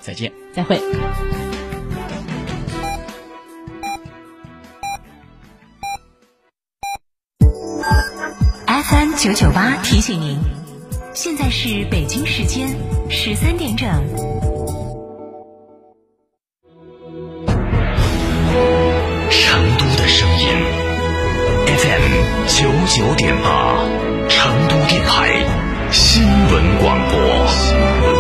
再见。 再会。 FM 998提醒您，现在是北京时间13点整。 成都的声音 FM 99.8，成都电台新闻广播。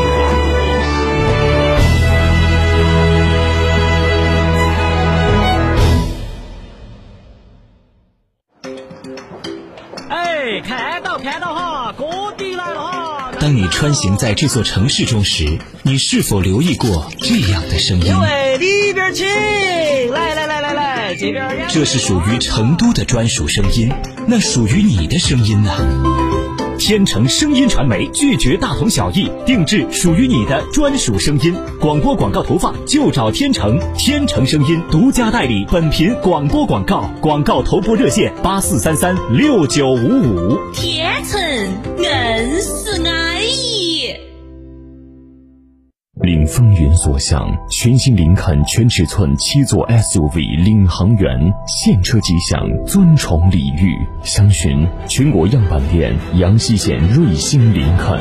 看到哈，哥弟来了哈！ 当你穿行在这座城市中时，你是否留意过这样的声音？ 喂，里边请，来，这边。 这是属于成都的专属声音，那属于你的声音呢？天成声音传媒拒绝大同小异，定制属于你的专属声音。广播广告投放就找天成，天成声音独家代理本频广播广告，广告投播热线84336955。 天成，硬是安逸。 领风云所向，全新林肯全尺寸7座 SUV 领航员，现车即享尊崇礼遇。详询全国样板店阳西县瑞星林肯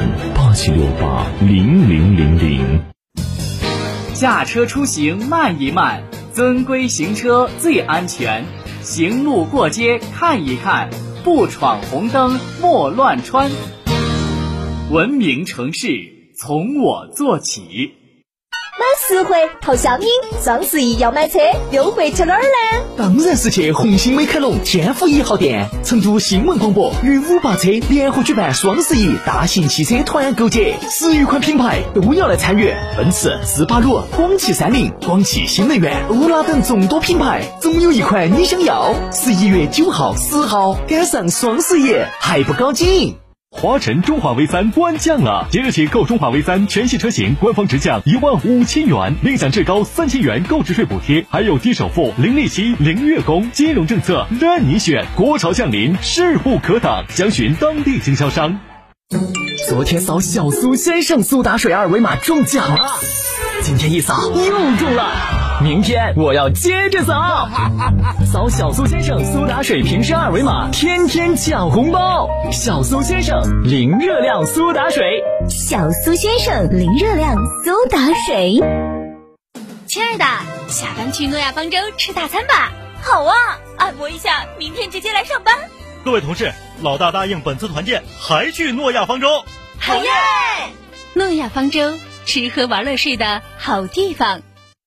87680000。 驾车出行慢一慢，遵规行车最安全。行路过街看一看，不闯红灯莫乱穿。文明城市从我做起。 满10回头效应，双11要买车，优惠去哪儿呢？ 当然是去红星美凯龙天府1号店。成都新闻广播与588车联合举办双11大型汽车团购节，10余款品牌都要来参与，奔驰、斯巴鲁、广汽30、广汽新能源、欧拉等众多品牌，总有一款你想要。11月9号、10号赶上双11，还不搞紧？ 华晨中华 V3 官降了，即日起购中华 V3 全系车型官方直降15000元，另享至高3000元购置税补贴，还有低首付、零利息、零月供，金融政策任你选。国潮降临，势不可挡，详询当地经销商。 昨天扫小苏先生苏打水2维码中奖了，今天一扫又中了，明天我要接着扫。扫小苏先生苏打水平时2维码，天天抢红包。小苏先生零热量苏打水， 小苏先生零热量苏打水。 亲爱的，下班去诺亚方舟吃大餐吧。好啊，按摩一下，明天直接来上班。 各位同事，老大答应本次团建还去诺亚方舟。 好耶！诺亚方舟，吃喝玩乐睡的好地方。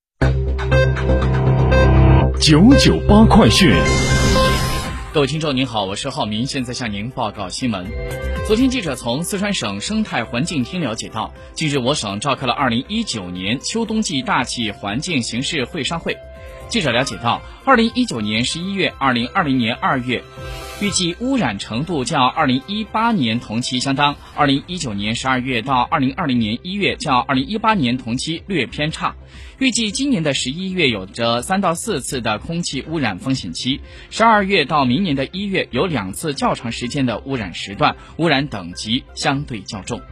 998快讯。 各位听众您好，我是浩明，现在向您报告新闻。昨天记者从四川省生态环境厅了解到，近日我省召开了2019年秋冬季大气环境形势会商会。记者了解到，2019年11月、2020年2月，预计污染程度较2018年同期相当，2019年12月到2020年1月较2018年同期略偏差。预计今年的11月有着3到4次的空气污染风险期，12月到明年的1月有2次较长时间的污染时段，污染等级相对较重。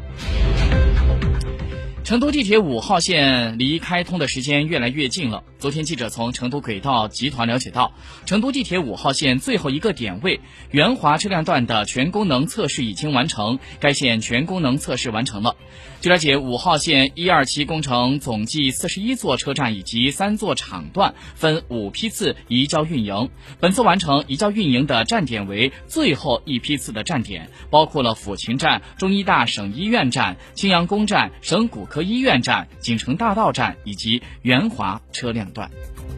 成都地铁5号线离开通的时间越来越近了。昨天记者从成都轨道集团了解到，成都地铁5号线最后一个点位圆华车辆段的全功能测试已经完成，该线全功能测试完成了。据了解，5号线1、2期工程总计41座车站以及3座场段分5批次移交运营。本次完成移交运营的站点为最后一批次的站点，包括了抚琴站、中医大省医院站、青羊宫站、省骨科医院站、锦城大道站以及圆华车辆段。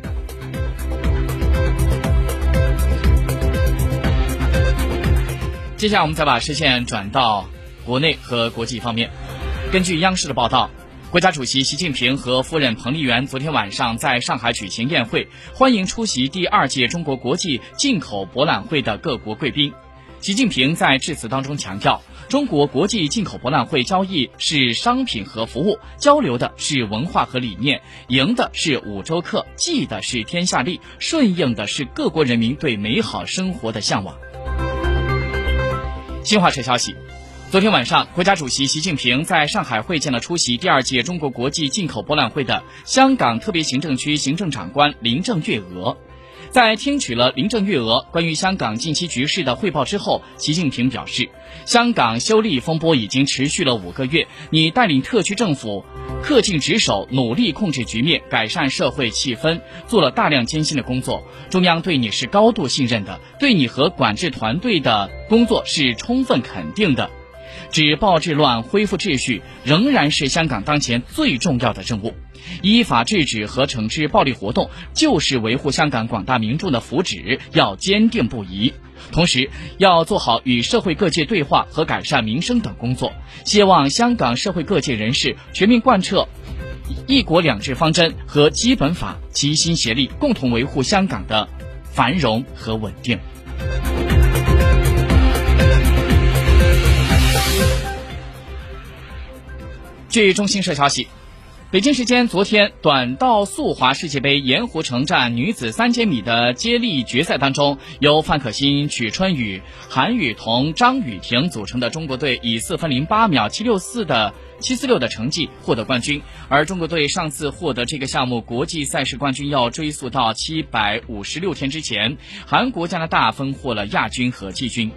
接下来我们再把视线转到国内和国际方面。根据央视的报道，国家主席习近平和夫人彭丽媛昨天晚上在上海举行宴会，欢迎出席第2届中国国际进口博览会的各国贵宾。习近平在致辞当中强调，中国国际进口博览会交易是商品和服务，交流的是文化和理念，赢的是5洲客，济的是天下利，顺应的是各国人民对美好生活的向往。新华社消息， 昨天晚上，国家主席习近平在上海会见了出席第2届中国国际进口博览会的香港特别行政区行政长官林郑月娥。在听取了林郑月娥关于香港近期局势的汇报之后，习近平表示，香港修例风波已经持续了5个月，你带领特区政府恪尽职守，努力控制局面，改善社会气氛，做了大量艰辛的工作。中央对你是高度信任的，对你和管制团队的工作是充分肯定的。止暴制乱、恢复秩序仍然是香港当前最重要的任务。依法制止和惩治暴力活动，就是维护香港广大民众的福祉，要坚定不移。同时，要做好与社会各界对话和改善民生等工作。希望香港社会各界人士全面贯彻一国两制方针和基本法，齐心协力，共同维护香港的繁荣和稳定。据中新社消息，北京时间昨天，短道速滑世界杯盐湖城站女子3000米的接力决赛当中，由范可新、曲春雨、韩雨桐、张雨婷组成的中国队以4分08秒746的成绩获得冠军。而中国队上次获得这个项目国际赛事冠军要追溯到756天之前，韩国、加拿大分获了亚军和季军。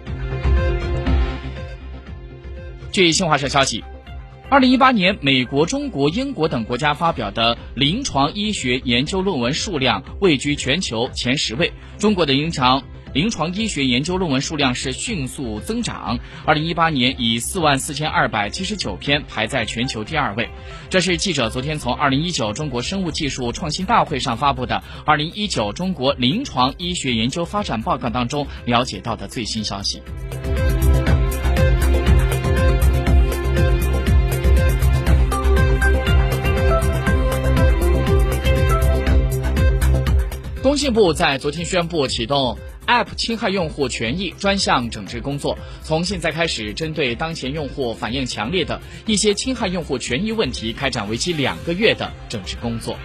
据新华社消息，2018年，美国、中国、英国等国家发表的临床医学研究论文数量位居全球前10位。中国的临床医学研究论文数量是迅速增长，2018年以44279篇排在全球第2位。这是记者昨天从2019中国生物技术创新大会上发布的2019中国临床医学研究发展报告当中了解到的最新消息。工信部在昨天宣布启动 App 侵害用户权益专项整治工作，从现在开始，针对当前用户反映强烈的一些侵害用户权益问题，开展为期2个月的整治工作。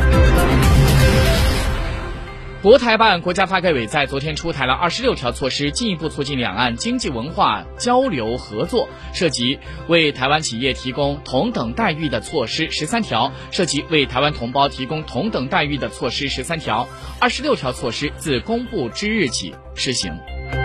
国台办、国家发改委在昨天出台了26条措施，进一步促进两岸经济文化交流合作，涉及为台湾企业提供同等待遇的措施13条，涉及为台湾同胞提供同等待遇的措施13条，26条措施自公布之日起施行。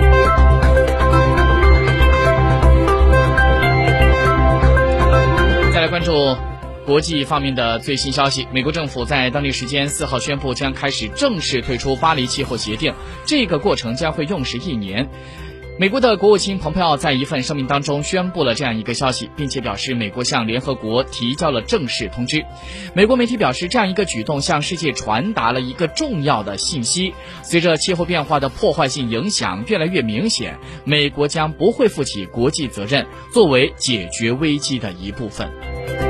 再来关注国际方面的最新消息，美国政府在当地时间4号宣布将开始正式退出巴黎气候协定，这个过程将会用时1年。美国的国务卿蓬佩奥在一份声明当中宣布了这样一个消息，并且表示美国向联合国提交了正式通知。美国媒体表示，这样一个举动向世界传达了一个重要的信息：随着气候变化的破坏性影响越来越明显，美国将不会负起国际责任，作为解决危机的一部分。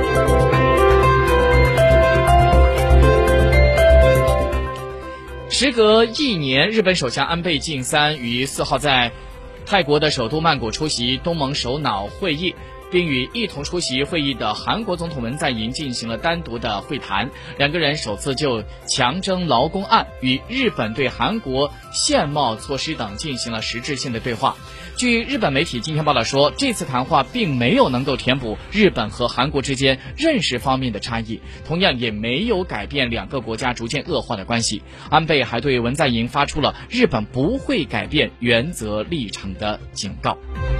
时隔1年，日本首相安倍晋三于4号在泰国的首都曼谷出席东盟首脑会议，并与一同出席会议的韩国总统文在寅进行了单独的会谈，两个人首次就强征劳工案与日本对韩国限贸措施等进行了实质性的对话。据日本媒体今天报道说，这次谈话并没有能够填补日本和韩国之间认识方面的差异，同样也没有改变两个国家逐渐恶化的关系。安倍还对文在寅发出了日本不会改变原则立场的警告。